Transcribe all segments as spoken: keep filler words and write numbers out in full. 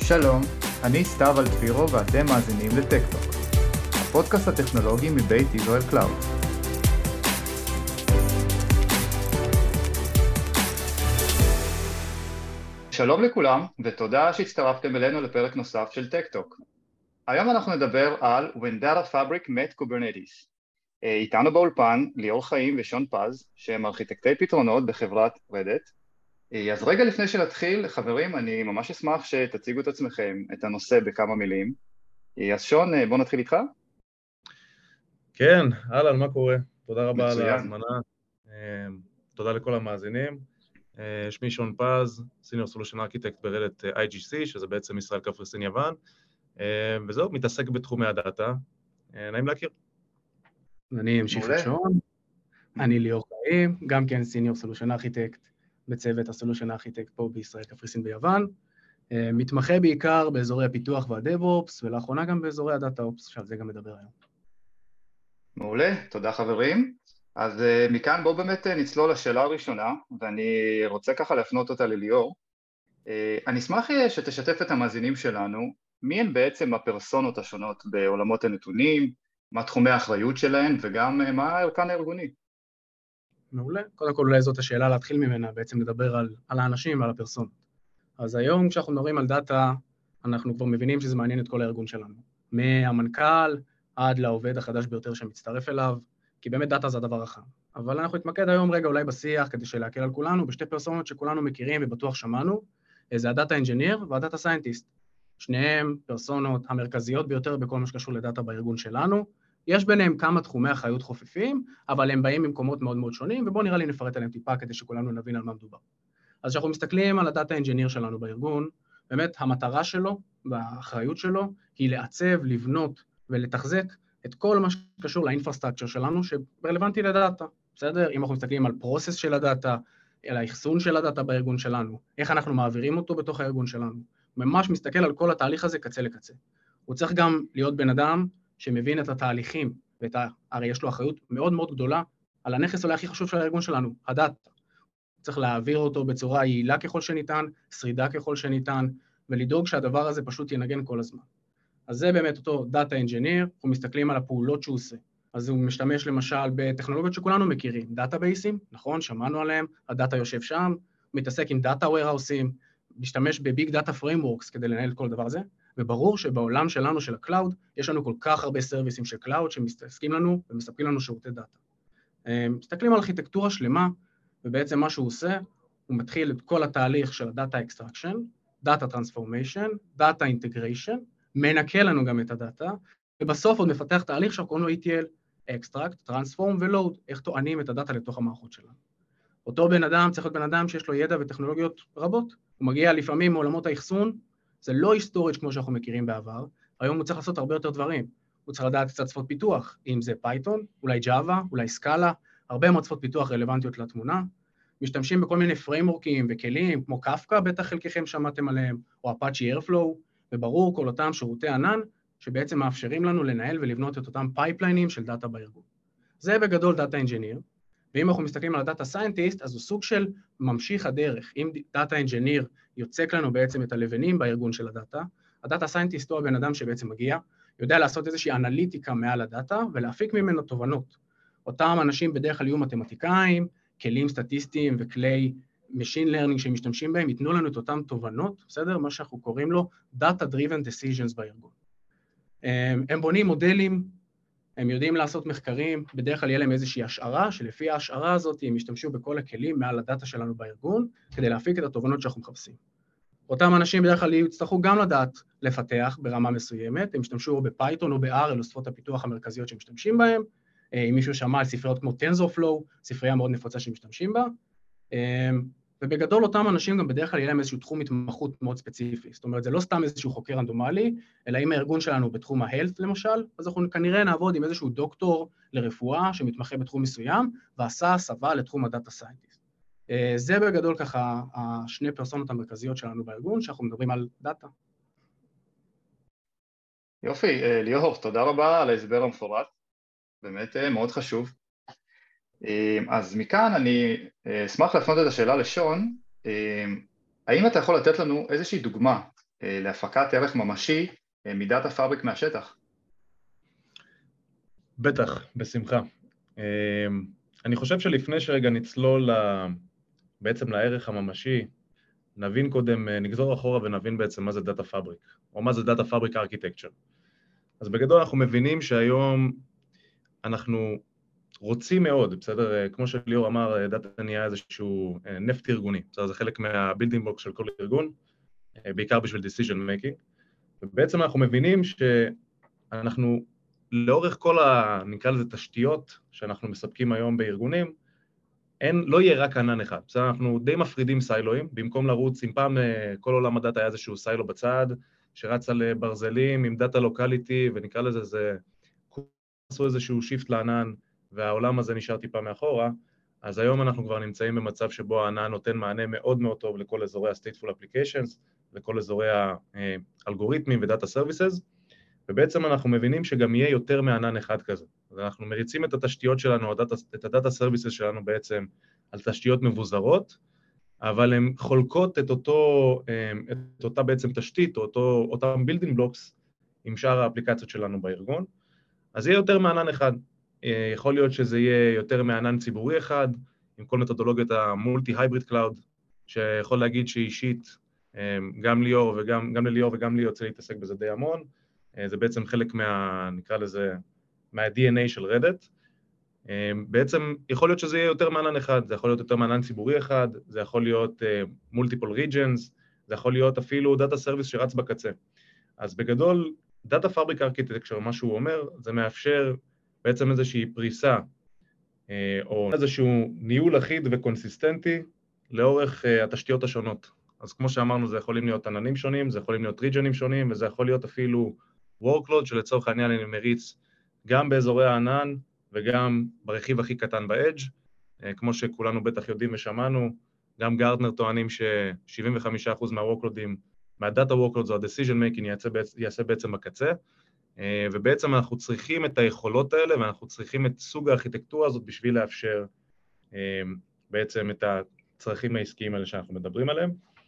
שלום, אני סתיו אלטפירו ואתם מאזינים לטק-טוק, הפודקאסט הטכנולוגי מבית ישראל קלאוד. שלום לכולם ותודה שהצטרפתם אלינו לפרק נוסף של טק-טוק. היום אנחנו נדבר על When Data Fabric Met Kubernetes. איתנו באולפן ליאור חיים ושון פז, שהם ארכיטקטי פתרונות בחברת רדט. אז רגע לפני שנתחיל, חברים, אני ממש אשמח שתציגו את עצמכם, את הנושא בכמה מילים. אז שון, בוא נתחיל איתך. כן, אהלן, מה קורה? תודה רבה מצוין. על ההזמנה. תודה לכל המאזינים. שמי שון פז, Senior Solution Architect ברדט איי ג'י סי, שזה בעצם ישראל קפריסין יוון, וזהו, מתעסק בתחומי הדאטה. נעים להכיר. אני אמשיך את שון. אני ליאור חיים, גם כן Senior Solution Architect בצוות ה-Solution Architect פה בישראל קפריסין ביוון. מתמחה בעיקר באזורי הפיתוח וה-DevOps, ולאחרונה גם באזורי הדאטה-אופס, שעל זה גם מדבר היום. מעולה, תודה חברים. אז uh, מכאן בואו באמת נצלול לשאלה הראשונה, ואני רוצה ככה להפנות אותה לליאור. Uh, אני אשמח שתשתף את המאזינים שלנו, מי הן בעצם הפרסונות השונות בעולמות הנתונים, מה תחומי האחריות שלהן, וגם uh, מה הערכן הארגוני. מעולה. קודם כל אולי זאת השאלה להתחיל ממנה, בעצם לדבר על, על האנשים ועל הפרסונות. אז היום כשאנחנו מדברים על דאטה, אנחנו כבר מבינים שזה מעניין את כל הארגון שלנו. מהמנכ"ל עד לעובד החדש ביותר שמצטרף אליו, כי באמת דאטה זה הדבר החם. אבל אנחנו נתמקד היום רגע אולי בשיח, כדי שלהקל על כולנו, בשתי פרסונות שכולנו מכירים ובטוח שמענו, זה הדאטה אנג'יניר והדאטה סיינטיסט. שניהם פרסונות המרכזיות ביותר בכל מה שקשור לדאטה בארגון שלנו. יש ביניהם כמה תחומי אחריות חופפים, אבל הם באים ממקומות מאוד מאוד שונים, ובואו נראה לי נפרט עליהם טיפה כדי שכולנו נבין על מה מדובר. אז כשאנחנו מסתכלים על הדאטה אנג'יניר שלנו בארגון, באמת המטרה שלו והאחריות שלו היא לעצב, לבנות ולתחזק את כל מה שקשור לאינפרסטרקצ'ר שלנו שרלוונטי לדאטה, בסדר? אם אנחנו מסתכלים על פרוסס של הדאטה, על האחסון של הדאטה בארגון שלנו, איך אנחנו מעבירים אותו בתוך הארגון שלנו, ממש מסתכל על כל התהליך הזה קצה לקצה. הוא צריך גם להיות בן אדם שמבין את התהליכים, ואת ה... הרי יש לו אחריות מאוד מאוד גדולה על הנכס אולי הכי חשוב של הארגון שלנו, הדאטה. צריך להעביר אותו בצורה יעילה ככל שניתן, שרידה ככל שניתן, ולדאוג שהדבר הזה פשוט ינגן כל הזמן. אז זה באמת אותו דאטה אנג'יניר, אנחנו מסתכלים על הפעולות שהוא עושה. אז הוא משתמש למשל בטכנולוגיות שכולנו מכירים, דאטאבייסים, נכון, שמענו עליהם, הדאטה יושב שם, מתעסק עם דאטה ווירהאוסים, משתמש בביג דאטה פריימוורקס כדי לנהל את כל דבר הזה, וברור שבעולם שלנו של הקלאוד, יש לנו כל כך הרבה סרוויסים של קלאוד שמסתסקים לנו ומספקים לנו שירותי דאטה. מסתכלים על ארכיטקטורה שלמה, ובעצם מה שהוא עושה, הוא מתחיל את כל התהליך של הדאטה אקסטרקשן, דאטה טרנספורמיישן, דאטה אינטגריישן, מנקה לנו גם את הדאטה, ובסוף עוד מפתח תהליך שאנחנו קוראים לו אי טי אל, Extract, Transform ו-Load, איך טוענים את הדאטה לתוך המערכות שלנו. אותו בן אדם צריך להיות בן אדם שיש לו ידע וטכנולוגיות רבות, הוא מגיע לפעמים מעולמות האחסון, זה לא storage כמו שאנחנו מכירים בעבר, היום הוא צריך לעשות הרבה יותר דברים, הוא צריך לדעת קצת שפות פיתוח, אם זה פייתון, אולי ג'אווה, אולי סקאלה, הרבה מאוד שפות פיתוח רלוונטיות לתמונה, משתמשים בכל מיני פריימורקים וכלים, כמו קפקא, בטח חלקכם שמעתם עליהם, או אפאצ'י איירפלואו, וברור כל אותם שירותי ענן, שבעצם מאפשרים לנו לנהל ולבנות את אותם פייפליינים של דאטה בארגון. זה בגדול דאטה אנג'יניר, ואם אנחנו מסתכלים על הדאטה סיינטיסט, אז הוא סוג של ממשיך הדרך. אם דאטה אנג'יניר יוצק לנו בעצם את הלבנים בארגון של הדאטה, הדאטה סיינטיסט הוא הבן אדם שבעצם מגיע, יודע לעשות איזושהי אנליטיקה מעל הדאטה, ולהפיק ממנו תובנות. אותם אנשים בדרך כלל יהיו מתמטיקאים, כלים סטטיסטיים וכלי Machine Learning שמשתמשים בהם, ייתנו לנו את אותם תובנות, בסדר? מה שאנחנו קוראים לו Data Driven Decisions בארגון. הם בונים מודלים, הם יודעים לעשות מחקרים, בדרך כלל יהיה להם איזושהי השערה, שלפי ההשערה הזאת הם ישתמשו בכל הכלים מעל הדאטה שלנו בארגון, כדי להפיק את התובנות שאנחנו מחפשים. אותם אנשים בדרך כלל יצטרכו גם לדעת לפתח ברמה מסוימת, הם ישתמשו בפייתון או ב-R, אלו שפות הפיתוח המרכזיות שמשתמשים בהם, אם מישהו שמע על ספריות כמו TensorFlow, ספרייה מאוד נפוצה שמשתמשים בה, ובגדול אותם אנשים גם בדרך כלל יהיה להם איזשהו תחום התמחות מאוד ספציפי, זאת אומרת, זה לא סתם איזשהו חוקר רנדומלי, אלא אם הארגון שלנו בתחום ה-Health למשל, אז אנחנו כנראה נעבוד עם איזשהו דוקטור לרפואה שמתמחה בתחום מסוים, ועשה הסבה לתחום הדאטה סיינטיסט. זה בגדול ככה השני פרסונות המרכזיות שלנו בארגון, שאנחנו מדברים על דאטה. יופי, ליאור, תודה רבה על ההסבר המפורט, באמת מאוד חשוב. אז מכאן אני אשמח להפנות את השאלה לשון, האם אתה יכול לתת לנו איזושהי דוגמה להפקת ערך ממשי מדאטה פאבריק מהשטח? בטח, בשמחה. אני חושב שלפני שרגע נצלול בעצם לערך הממשי, נבין קודם, נגזור אחורה ונבין בעצם מה זה דאטה פאבריק, או מה זה דאטה פאבריק ארכיטקצ'ר. אז בגדול אנחנו מבינים שהיום אנחנו רוצים מאוד, בסדר? כמו שליאור אמר, דאטה נהיה איזשהו נפט ארגוני, בסדר? זה חלק מהבילדינג בלוק של כל ארגון, בעיקר בשביל decision making, ובעצם אנחנו מבינים שאנחנו לאורך כל ה... נקרא לזה תשתיות שאנחנו מספקים היום בארגונים, אין, לא יהיה רק ענן אחד, בסדר? אנחנו די מפרידים סיילואים, במקום לרוץ, אם פעם כל עולם הדאטה היה איזשהו סיילו בצד, שרץ על ברזלים עם דאטה לוקליטי, ונקרא לזה, זה... עשו איזשהו שיפט לענן, והעולם הזה נשאר טיפה מאחורה, אז היום אנחנו כבר נמצאים במצב שבו הענן נותן מענה מאוד מאוד טוב לכל אזורי ה-stateful applications, לכל אזורי האלגוריתמים ו-data services, ובעצם אנחנו מבינים שגם יהיה יותר מענן אחד כזה. אז אנחנו מריצים את התשתיות שלנו, את ה-data services שלנו בעצם על תשתיות מבוזרות, אבל הן חולקות את אותו, את אותה בעצם תשתית, או אותו, אותם building blocks עם שאר האפליקציות שלנו בארגון. אז יהיה יותר מענן אחד. יכול להיות שזה יהיה יותר מענן ציבורי אחד, עם כל מתודולוגיות המולטי-הייבריד קלאוד, שיכול להגיד שאישית, גם ליאור וגם, גם לליאור וגם לי יוצא להתעסק בזה די המון, זה בעצם חלק מה, נקרא לזה, מה-די אן איי של רדיט. בעצם יכול להיות שזה יהיה יותר מענן אחד, זה יכול להיות יותר מענן ציבורי אחד, זה יכול להיות multiple regions, זה יכול להיות אפילו דאטה סרוויס שרץ בקצה. אז בגדול, דאטה פאבריק ארכיטקצ'ר, מה שהוא אומר, זה מאפשר בעצם איזושהי פריסה, או איזשהו ניהול אחיד וקונסיסטנטי לאורך התשתיות השונות. אז כמו שאמרנו, זה יכולים להיות עננים שונים, זה יכולים להיות ריג'נים שונים, וזה יכול להיות אפילו workload, שלצורך העניין אני מריץ גם באזורי הענן, וגם ברכיב הכי קטן ב-edge, כמו שכולנו בטח יודעים ושמענו, גם גארטנר טוענים ש-שבעים וחמישה אחוז מה-workloadים, מה-data workload זו ה-decision making יעשה, יעשה בעצם בקצה, ובעצם אנחנו צריכים את היכולות האלה, ואנחנו צריכים את סוג הארכיטקטורה הזאת בשביל לאפשר בעצם את הצרכים העסקיים האלה שאנחנו מדברים עליהם.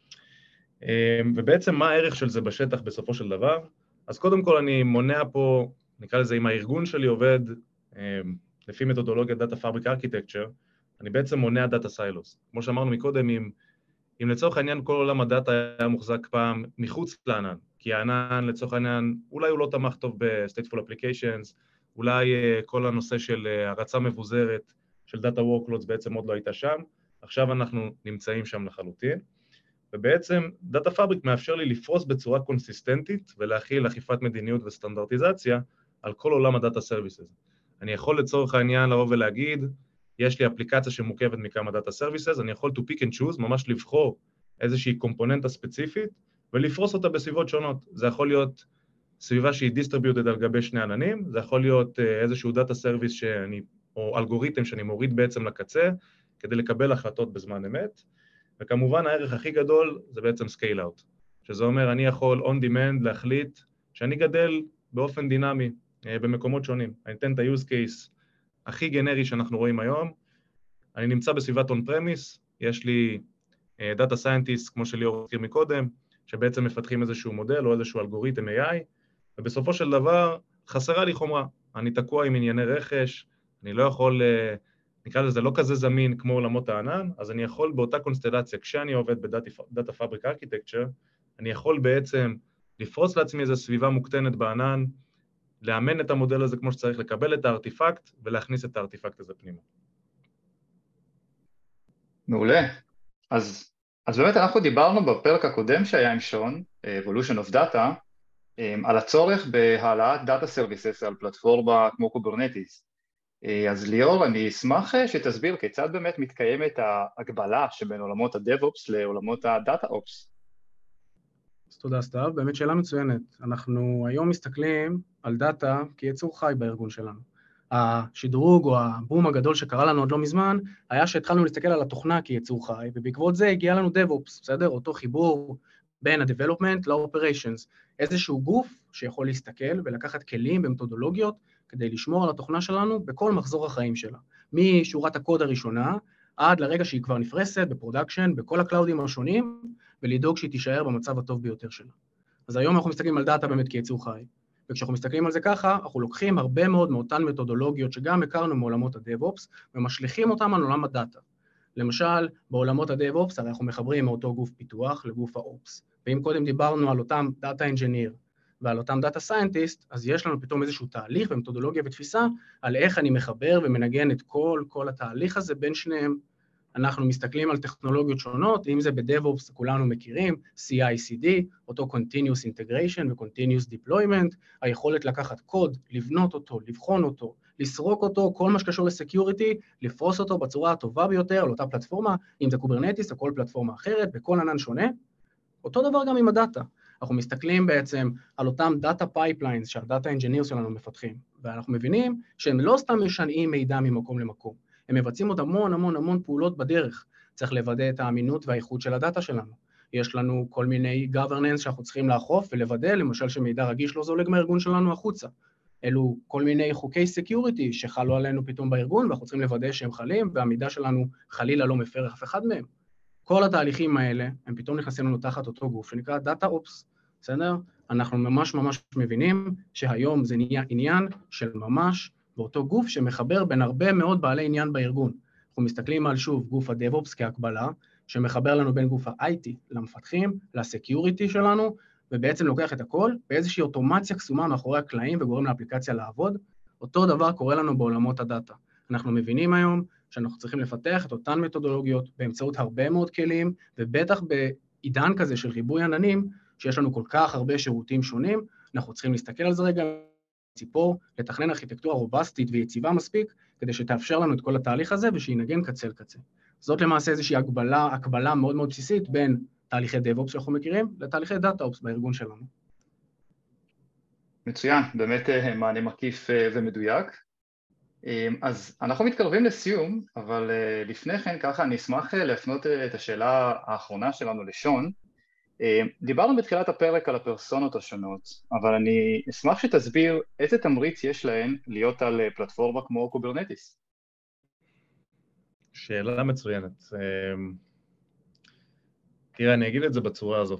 ובעצם מה הערך של זה בשטח בסופו של דבר? אז קודם כל אני מונע פה, נקרא לזה, אם הארגון שלי עובד לפי מתודולוגיית Data Fabric Architecture, אני בעצם מונע Data Silos. כמו שאמרנו מקודם, אם, אם לצורך העניין כל עולם הדאטה היה מוחזק פעם מחוץ לענן, כי הענן לצורך העניין, אולי הוא לא תמך טוב ב-Stateful Applications, אולי כל הנושא של הרצה מבוזרת של Data Workloads בעצם עוד לא הייתה שם, עכשיו אנחנו נמצאים שם לחלוטין. ובעצם Data Fabric מאפשר לי לפרוס בצורה קונסיסטנטית ולהכיל אכיפת מדיניות וסטנדרטיזציה על כל עולם ה-Data Services. אני יכול לצורך העניין לבוא ולהגיד, יש לי אפליקציה שמורכבת מכמה Data Services, אני יכול to pick and choose, ממש לבחור איזושהי קומפוננטה ספציפית, ולפרוס אותה בסביבות שונות. זה יכול להיות סביבה שהיא distributed על גבי שני עננים, זה יכול להיות איזשהו Data Service שאני, או אלגוריתם שאני מוריד בעצם לקצה, כדי לקבל החלטות בזמן אמת, וכמובן הערך הכי גדול זה בעצם scale out, שזה אומר אני יכול on demand להחליט שאני גדל באופן דינמי במקומות שונים. אני אתן את ה-use case הכי גנרי שאנחנו רואים היום, אני נמצא בסביבת on-premise, יש לי Data Scientist, כמו שליאור הזכיר מקודם, שבעצם מפתחים איזשהו מודל או איזשהו אלגוריתם איי איי, ובסופו של דבר חסרה לי חומרה, אני תקוע עם ענייני רכש, אני לא יכול, נקרא לזה לא כזה זמין כמו עולמות הענן, אז אני יכול באותה קונסטלציה, כשאני עובד ב-Data Fabric Architecture, אני יכול בעצם לפרוס לעצמי איזו סביבה מוקטנת בענן, לאמן את המודל הזה כמו שצריך, לקבל את הארטיפקט ולהכניס את הארטיפקט הזה פנימה. מעולה. אז, אז באמת אנחנו דיברנו בפרק הקודם שהיה עם שון, Evolution of Data, על הצורך בהעלאת Data Services על פלטפורמה כמו קוברנטיס. אז ליאור, אני אשמח שתסביר כיצד באמת מתקיימת ההגבלה שבין עולמות ה-DevOps לעולמות ה-DataOps. אז תודה סתיו, באמת שאלה מצוינת. אנחנו היום מסתכלים על דאטה כיצור חי בארגון שלנו. השדרוג או הבום הגדול שקרה לנו עוד לא מזמן, היה שהתחלנו להסתכל על התוכנה כיצור חי, ובעקבות זה הגיע לנו DevOps, בסדר? אותו חיבור בין ה-Development ל-Operations, איזשהו גוף שיכול להסתכל ולקחת כלים במתודולוגיות, כדי לשמור על התוכנה שלנו בכל מחזור החיים שלה. משורת הקוד הראשונה, עד לרגע שהיא כבר נפרסת בפרודקשן, בכל הקלאודים השונים, ולדאוג שהיא תישאר במצב הטוב ביותר שלה. אז היום אנחנו מסתכלים על דאטה באמת כיצור חי, וכשאנחנו מסתכלים על זה ככה, אנחנו לוקחים הרבה מאוד מאותן מתודולוגיות שגם הכרנו מעולמות ה-DevOps, ומשליכים אותם על עולם הדאטה. למשל, בעולמות ה-DevOps, הרי אנחנו מחברים מאותו גוף פיתוח לגוף ה-Ops, ואם קודם דיברנו על אותם Data Engineer ועל אותם Data Scientist, אז יש לנו פתאום איזשהו תהליך ומתודולוגיה ותפיסה על איך אני מחבר ומנגן את כל, כל התהליך הזה בין שניהם. אנחנו מסתכלים על טכנולוגיות שונות, אם זה ב-DevOps, כולנו מכירים, סי איי סי די, אותו Continuous Integration ו-Continuous Deployment, היכולת לקחת קוד, לבנות אותו, לבחון אותו, לסרוק אותו, כל מה שקשור ל-Security, לפרוס אותו בצורה הטובה ביותר על אותה פלטפורמה, אם זה Kubernetes או כל פלטפורמה אחרת, בכל ענן שונה. אותו דבר גם עם הדאטה. אנחנו מסתכלים בעצם על אותם Data Pipelines שהדאטה Engineers שלנו מפתחים, ואנחנו מבינים שהם לא סתם משנעים מידע ממקום למקום, הם מבצעים עוד המון המון המון פעולות בדרך. צריך לוודא את האמינות והאיכות של הדאטה שלנו. יש לנו כל מיני governance שאנחנו צריכים לאכוף ולוודא, למשל שמידע רגיש לא זולג מהארגון שלנו החוצה. אלו כל מיני חוקי security שחלו עלינו פתאום בארגון, ואנחנו צריכים לוודא שהם חלים, והמידע שלנו חלילה לא מפר אף אחד מהם. כל התהליכים האלה, הם פתאום נכנסים לנו תחת אותו גוף, שנקרא Data Ops, בסדר? אנחנו ממש ממש מבינים שהיום זה נהיה עניין של ממש, באותו גוף שמחבר בין הרבה מאוד בעלי עניין בארגון. אנחנו מסתכלים על שוב גוף ה-DevOps כהקבלה, שמחבר לנו בין גוף ה-איי טי למפתחים, לסקיוריטי שלנו, ובעצם לוקח את הכל באיזושהי אוטומציה קסומה מאחורי הקלעים וגורם לאפליקציה לעבוד. אותו דבר קורה לנו בעולמות הדאטה. אנחנו מבינים היום שאנחנו צריכים לפתח את אותן מתודולוגיות באמצעות הרבה מאוד כלים, ובטח בעידן כזה של ריבוי עננים, שיש לנו כל כך הרבה שירותים שונים, אנחנו צריכים להסתכל על זה רגע, ציפור, לתכנן ארכיטקטורה רובסטית ויציבה מספיק, כדי שתאפשר לנו את כל התהליך הזה, ושינגן קצה לקצה. זאת למעשה איזושהי הקבלה, הקבלה מאוד מאוד בסיסית, בין תהליכי DevOps שאנחנו מכירים, לתהליכי DataOps בארגון שלנו. מצוין, באמת מענה מקיף ומדויק. אז אנחנו מתקרבים לסיום, אבל לפני כן ככה אני אשמח להפנות את השאלה האחרונה שלנו לשון. דיברנו בתחילת הפרק על הפרסונות השונות, אבל אני אשמח שתסביר איזה תמריץ יש להן להיות על פלטפורמה כמו קוברנטיס. שאלה מצוינת. תראה, אני אגיד את זה בצורה הזו.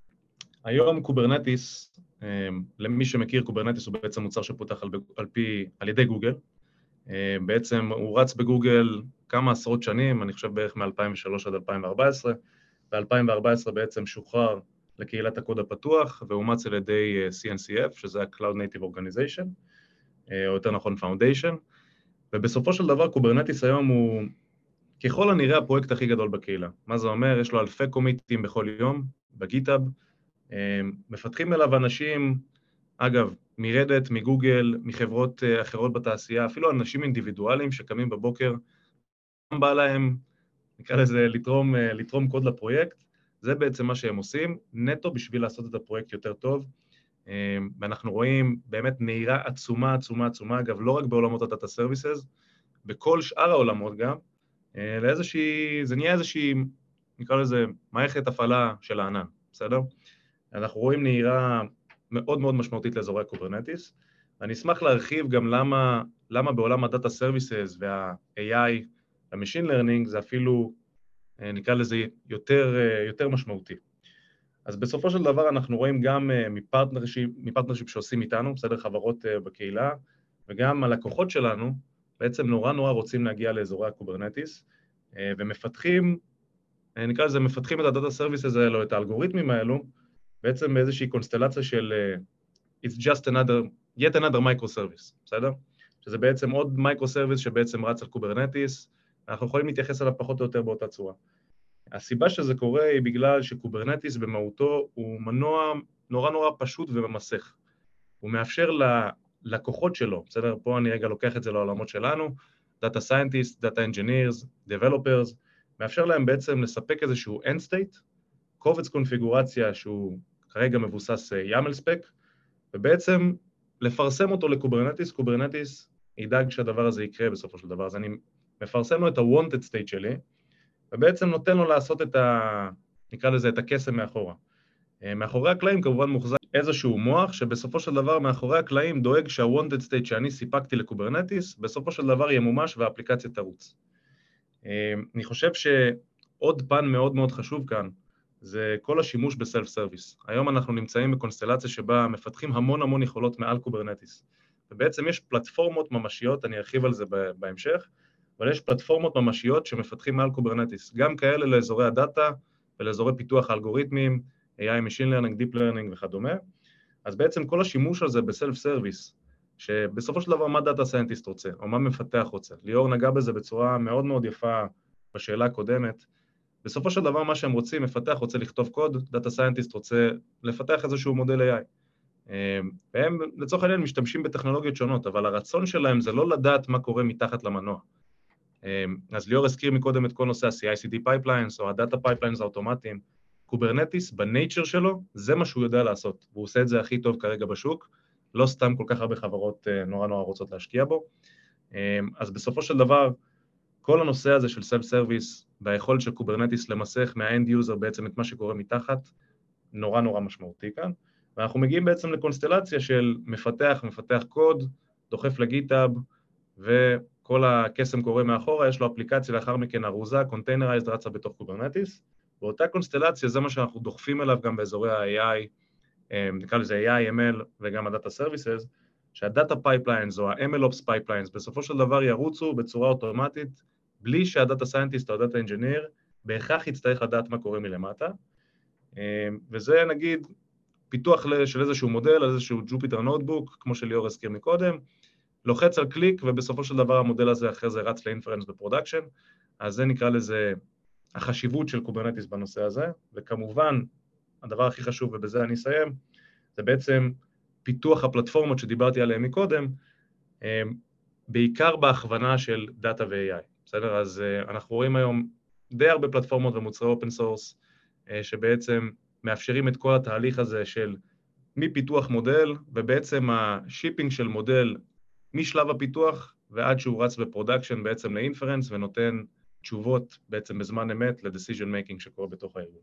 היום קוברנטיס, למי שמכיר, קוברנטיס הוא בעצם מוצר שפותח על, על, פי, על ידי גוגל. בעצם הוא רץ בגוגל כמה עשרות שנים, אני חושב בערך מ-אלפיים ושלוש עד אלפיים וארבע עשרה, ב-אלפיים וארבע עשרה בעצם שוחרר לקהילת הקוד הפתוח, ואומץ על ידי סי אן סי אף, שזה ה-Cloud Native Organization, או יותר נכון Foundation, ובסופו של דבר קוברנטיס היום הוא ככל הנראה הפרויקט הכי גדול בקהילה. מה זה אומר? יש לו אלפי קומיטים בכל יום, בגיטאב, מפתחים אליו אנשים, אגב, מרדט, מגוגל, מחברות אחרות בתעשייה, אפילו אנשים אינדיבידואליים שקמים בבוקר, גם בא להם, נקרא לזה, לתרום, לתרום קוד לפרויקט, זה בעצם מה שהם עושים, נטו בשביל לעשות את הפרויקט יותר טוב, ואנחנו רואים באמת נהירה עצומה, עצומה, עצומה, אגב, לא רק בעולמות הדאטה סרוויסס, בכל שאר העולמות גם, לאיזושהי, זה נהיה איזושהי, נקרא לזה, מערכת הפעלה של הענן, בסדר? אנחנו רואים נהירה מאוד מאוד משמעותית לאזורי הקוברנטיס, ואני אשמח להרחיב גם למה, למה בעולם הדאטה סרוויסס וה-איי איי, המשין לרנינג, זה אפילו, נקרא לזה, יותר, יותר משמעותי. אז בסופו של דבר אנחנו רואים גם מפרטנרשיפ, מפרטנרשיפ שעושים איתנו, בסדר, חברות בקהילה, וגם הלקוחות שלנו, בעצם נורא נורא רוצים להגיע לאזורי הקוברנטיס, ומפתחים, נקרא לזה, מפתחים את הדאטה סרוויסס האלו, את האלגוריתמים האלו, בעצם באיזושהי קונסטלציה של it's just another, yet another microservice, בסדר? שזה בעצם עוד microservice שבעצם רץ על קוברנטיס, אנחנו יכולים להתייחס עליו פחות או יותר באותה צורה. הסיבה שזה קורה היא בגלל שקוברנטיס במהותו הוא מנוע נורא נורא פשוט וממסך. הוא מאפשר ללקוחות שלו, בסדר? פה אני רגע לוקח את זה לעולמות שלנו, Data Scientists, Data Engineers, Developers, מאפשר להם בעצם לספק איזשהו end state, קובץ קונפיגורציה שהוא כרגע מבוסס יאמל ספק, ובעצם לפרסם אותו לקוברנטיס, קוברנטיס ידאג שהדבר הזה יקרה בסופו של דבר, אז אני מפרסם לו את ה-wanted state שלי, ובעצם נותן לו לעשות את ה... נקרא לזה את הקסם מאחורה. מאחורי הקלעים כמובן מוחזק איזשהו מוח, שבסופו של דבר מאחורי הקלעים דואג שה-wanted state שאני סיפקתי לקוברנטיס, בסופו של דבר ימומש והאפליקציה תרוץ. אני חושב שעוד פן מאוד מאוד חשוב כאן, זה כל השימוש בסלף סרוויס. היום אנחנו נמצאים בקונסטלציה שבה מפתחים המון המון יכולות מעל קוברנטיס. ובעצם יש פלטפורמות ממשיות, אני ארחיב על זה בהמשך, אבל יש פלטפורמות ממשיות שמפתחים מעל קוברנטיס, גם כאלה לאזורי הדאטה ולאזורי פיתוח האלגוריתמים, איי איי, Machine Learning, Deep Learning וכדומה. אז בעצם כל השימוש הזה בסלף סרוויס, שבסופו של דבר מה דאטה סיינטיסט רוצה, או מה מפתח רוצה. ליאור נגע בזה בצורה מאוד מאוד יפה בשאלה הקודמת. בסופו של דבר מה שהם רוצים, מפתח רוצה לכתוב קוד, דאטה סיינטיסט רוצה לפתח איזשהו מודל איי איי. והם לצורך העניין משתמשים בטכנולוגיות שונות, אבל הרצון שלהם זה לא לדעת מה קורה מתחת למנוע. אז ליאור הזכיר מקודם את כל נושא ה-סי איי סי די pipelines או ה-Data pipelines האוטומטיים. קוברנטיס בנייצ'ר שלו, זה מה שהוא יודע לעשות, והוא עושה את זה הכי טוב כרגע בשוק, לא סתם כל כך הרבה חברות נורא נורא רוצות להשקיע בו. אז בסופו של דבר, כל הנושא הזה של סלף סרוויס והיכולת של קוברנטיס למסך מה-end user בעצם את מה שקורה מתחת, נורא נורא משמעותי כאן. ואנחנו מגיעים בעצם לקונסטלציה של מפתח, מפתח קוד, דוחף לגיטאב, וכל הקסם קורה מאחורה, יש לו אפליקציה לאחר מכן ארוזה, containerized רצה בתוך קוברנטיס, ואותה קונסטלציה זה מה שאנחנו דוחפים אליו גם באזורי ה-איי איי, נקרא לזה איי איי, אם אל וגם ה-Data Services, שה-Data Pipelines או ה-אם אל Ops Pipelines בסופו של דבר ירוצו בצורה אוטומטית, בלי שה-Data Scientist או ה-Data Engineer בהכרח יצטרך לדעת מה קורה מלמטה, וזה נגיד פיתוח של איזשהו מודל, איזשהו Jupyter Notebook, כמו שליאור הזכיר מקודם, לוחץ על קליק ובסופו של דבר המודל הזה אחרי זה רץ לאינפרנס בפרודקשן, אז זה נקרא לזה החשיבות של קוברנטיס בנושא הזה, וכמובן, הדבר הכי חשוב, ובזה אני אסיים, זה בעצם פיתוח הפלטפורמות שדיברתי עליהן מקודם, בעיקר בהכוונה של דאטה ו-איי איי. בסדר? אז אנחנו רואים היום די הרבה פלטפורמות ומוצרי אופן סורס, שבעצם מאפשרים את כל התהליך הזה של מפיתוח מודל, ובעצם השיפינג של מודל משלב הפיתוח, ועד שהוא רץ בפרודקשן בעצם לאינפרנס, ונותן תשובות בעצם בזמן אמת ל-decision making שקורה בתוך הארגון.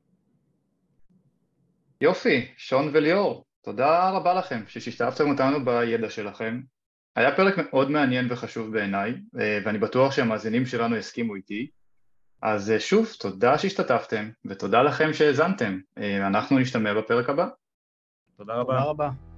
יופי, שון וליאור, תודה רבה לכם ששיתפתם אותנו בידע שלכם. היה פרק מאוד מעניין וחשוב בעיניי, ואני בטוח שהמאזינים שלנו יסכימו איתי. אז שוב, תודה שהשתתפתם, ותודה לכם שהאזנתם. אנחנו נשתמע בפרק הבא. תודה רבה. תודה רבה.